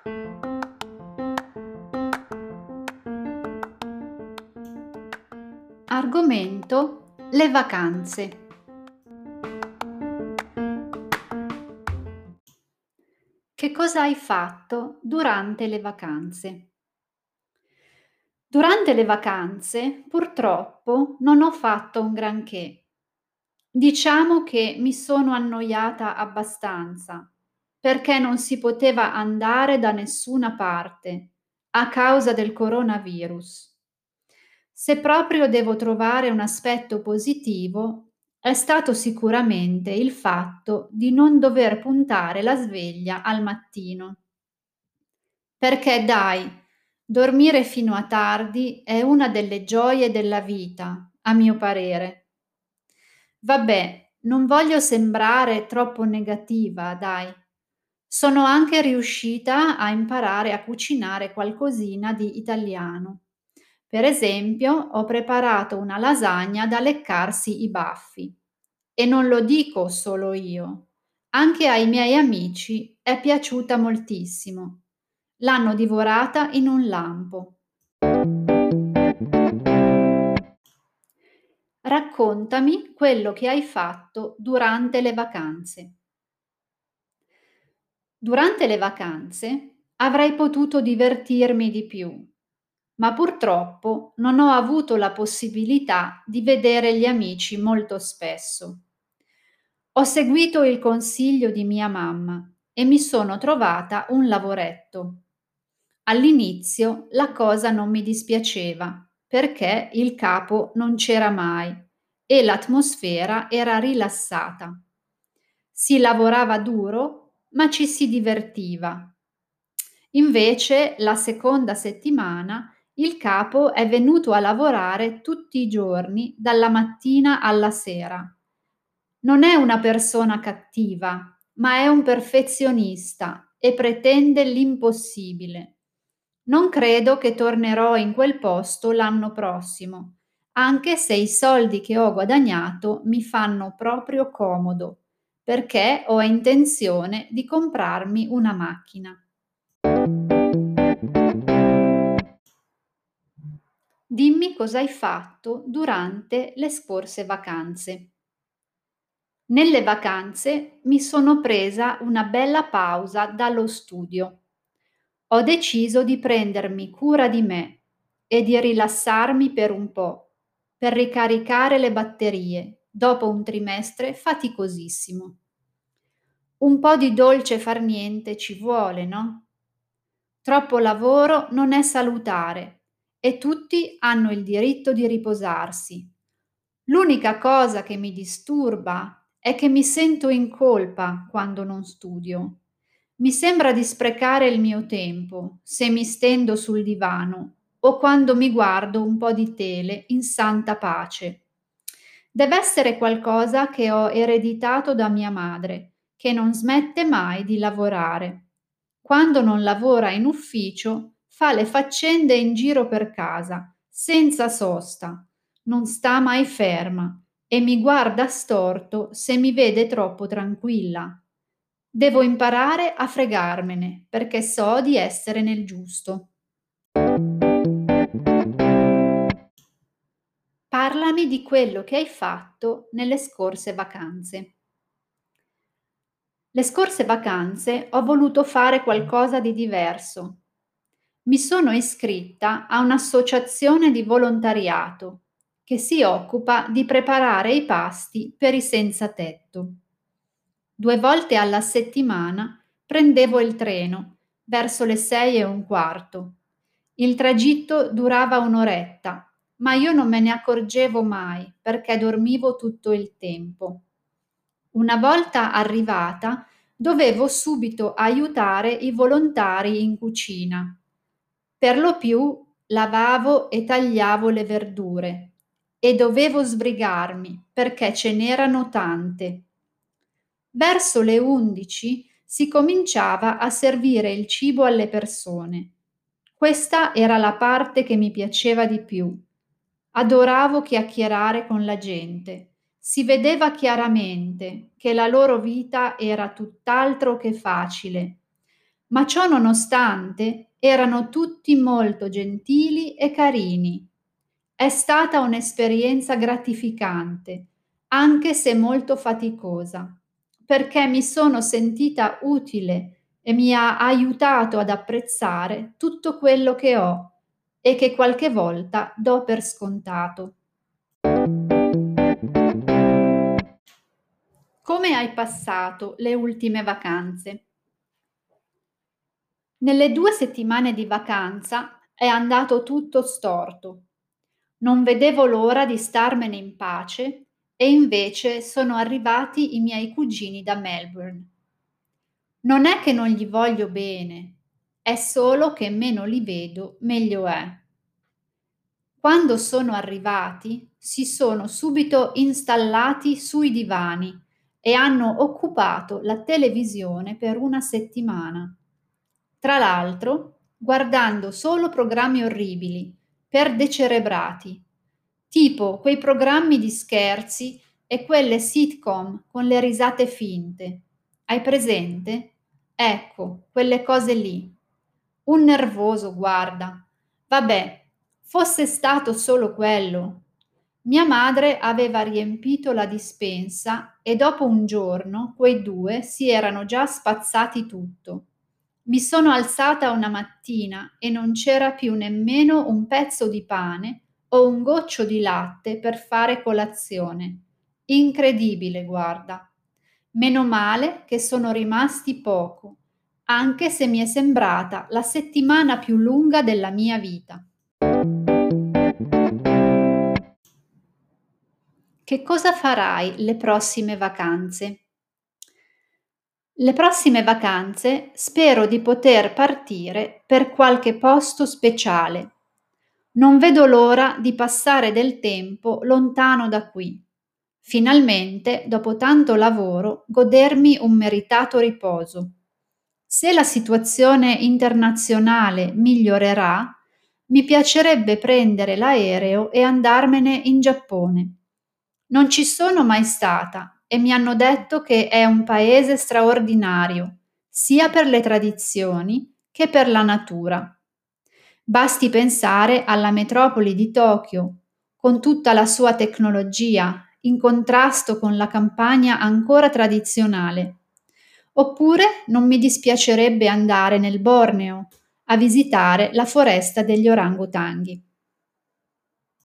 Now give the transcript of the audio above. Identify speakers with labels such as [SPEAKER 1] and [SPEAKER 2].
[SPEAKER 1] Argomento: le vacanze. Che cosa hai fatto durante le vacanze? Durante le vacanze, purtroppo, non ho fatto un granché. Diciamo che mi sono annoiata abbastanza, perché non si poteva andare da nessuna parte a causa del coronavirus. Se proprio devo trovare un aspetto positivo, è stato sicuramente il fatto di non dover puntare la sveglia al mattino. Perché dai, dormire fino a tardi è una delle gioie della vita, a mio parere. Vabbè, non voglio sembrare troppo negativa, dai. Sono anche riuscita a imparare a cucinare qualcosina di italiano. Per esempio, ho preparato una lasagna da leccarsi i baffi. E non lo dico solo io. Anche ai miei amici è piaciuta moltissimo. L'hanno divorata in un lampo. Raccontami quello che hai fatto durante le vacanze. Durante le vacanze avrei potuto divertirmi di più, ma purtroppo non ho avuto la possibilità di vedere gli amici molto spesso. Ho seguito il consiglio di mia mamma e mi sono trovata un lavoretto. All'inizio la cosa non mi dispiaceva perché il capo non c'era mai e l'atmosfera era rilassata. Si lavorava duro, ma ci si divertiva. Invece, la seconda settimana, il capo è venuto a lavorare tutti i giorni, dalla mattina alla sera. Non è una persona cattiva, ma è un perfezionista e pretende l'impossibile. Non credo che tornerò in quel posto l'anno prossimo, anche se i soldi che ho guadagnato mi fanno proprio comodo, perché ho intenzione di comprarmi una macchina. Dimmi cosa hai fatto durante le scorse vacanze. Nelle vacanze mi sono presa una bella pausa dallo studio. Ho deciso di prendermi cura di me e di rilassarmi per un po', per ricaricare le batterie dopo un trimestre faticosissimo. Un po' di dolce far niente ci vuole, no? Troppo lavoro non è salutare e tutti hanno il diritto di riposarsi. L'unica cosa che mi disturba è che mi sento in colpa quando non studio. Mi sembra di sprecare il mio tempo se mi stendo sul divano o quando mi guardo un po' di tele in santa pace. Deve essere qualcosa che ho ereditato da mia madre, che non smette mai di lavorare. Quando non lavora in ufficio, fa le faccende in giro per casa, senza sosta, non sta mai ferma e mi guarda storto se mi vede troppo tranquilla. Devo imparare a fregarmene perché so di essere nel giusto. Parlami di quello che hai fatto nelle scorse vacanze. Le scorse vacanze ho voluto fare qualcosa di diverso. Mi sono iscritta a un'associazione di volontariato che si occupa di preparare i pasti per i senza tetto. 2 volte alla settimana prendevo il treno verso le 6:15. Il tragitto durava 1 oretta, ma io non me ne accorgevo mai perché dormivo tutto il tempo. Una volta arrivata, dovevo subito aiutare i volontari in cucina. Per lo più lavavo e tagliavo le verdure e dovevo sbrigarmi perché ce n'erano tante. Verso le 11 si cominciava a servire il cibo alle persone. Questa era la parte che mi piaceva di più. Adoravo chiacchierare con la gente. Si vedeva chiaramente che la loro vita era tutt'altro che facile, Ma ciò nonostante erano tutti molto gentili e carini. È stata un'esperienza gratificante, anche se molto faticosa, perché mi sono sentita utile e mi ha aiutato ad apprezzare tutto quello che ho e che qualche volta do per scontato. Come hai passato le ultime vacanze? Nelle 2 settimane di vacanza è andato tutto storto. Non vedevo l'ora di starmene in pace e invece sono arrivati i miei cugini da Melbourne. Non è che non gli voglio bene, è solo che meno li vedo, meglio è. Quando sono arrivati, si sono subito installati sui divani e hanno occupato la televisione per una settimana. Tra l'altro, guardando solo programmi orribili, per decerebrati, tipo quei programmi di scherzi e quelle sitcom con le risate finte. Hai presente? Ecco, quelle cose lì. Un nervoso, guarda. Vabbè, fosse stato solo quello. Mia madre aveva riempito la dispensa e dopo un giorno quei due si erano già spazzati tutto. Mi sono alzata una mattina e non c'era più nemmeno un pezzo di pane o un goccio di latte per fare colazione. Incredibile, guarda. Meno male che sono rimasti poco, anche se mi è sembrata la settimana più lunga della mia vita. Che cosa farai le prossime vacanze? Le prossime vacanze spero di poter partire per qualche posto speciale. Non vedo l'ora di passare del tempo lontano da qui. Finalmente, dopo tanto lavoro, godermi un meritato riposo. Se la situazione internazionale migliorerà, mi piacerebbe prendere l'aereo e andarmene in Giappone. Non ci sono mai stata e mi hanno detto che è un paese straordinario, sia per le tradizioni che per la natura. Basti pensare alla metropoli di Tokyo, con tutta la sua tecnologia, in contrasto con la campagna ancora tradizionale. Oppure non mi dispiacerebbe andare nel Borneo a visitare la foresta degli orangutanghi.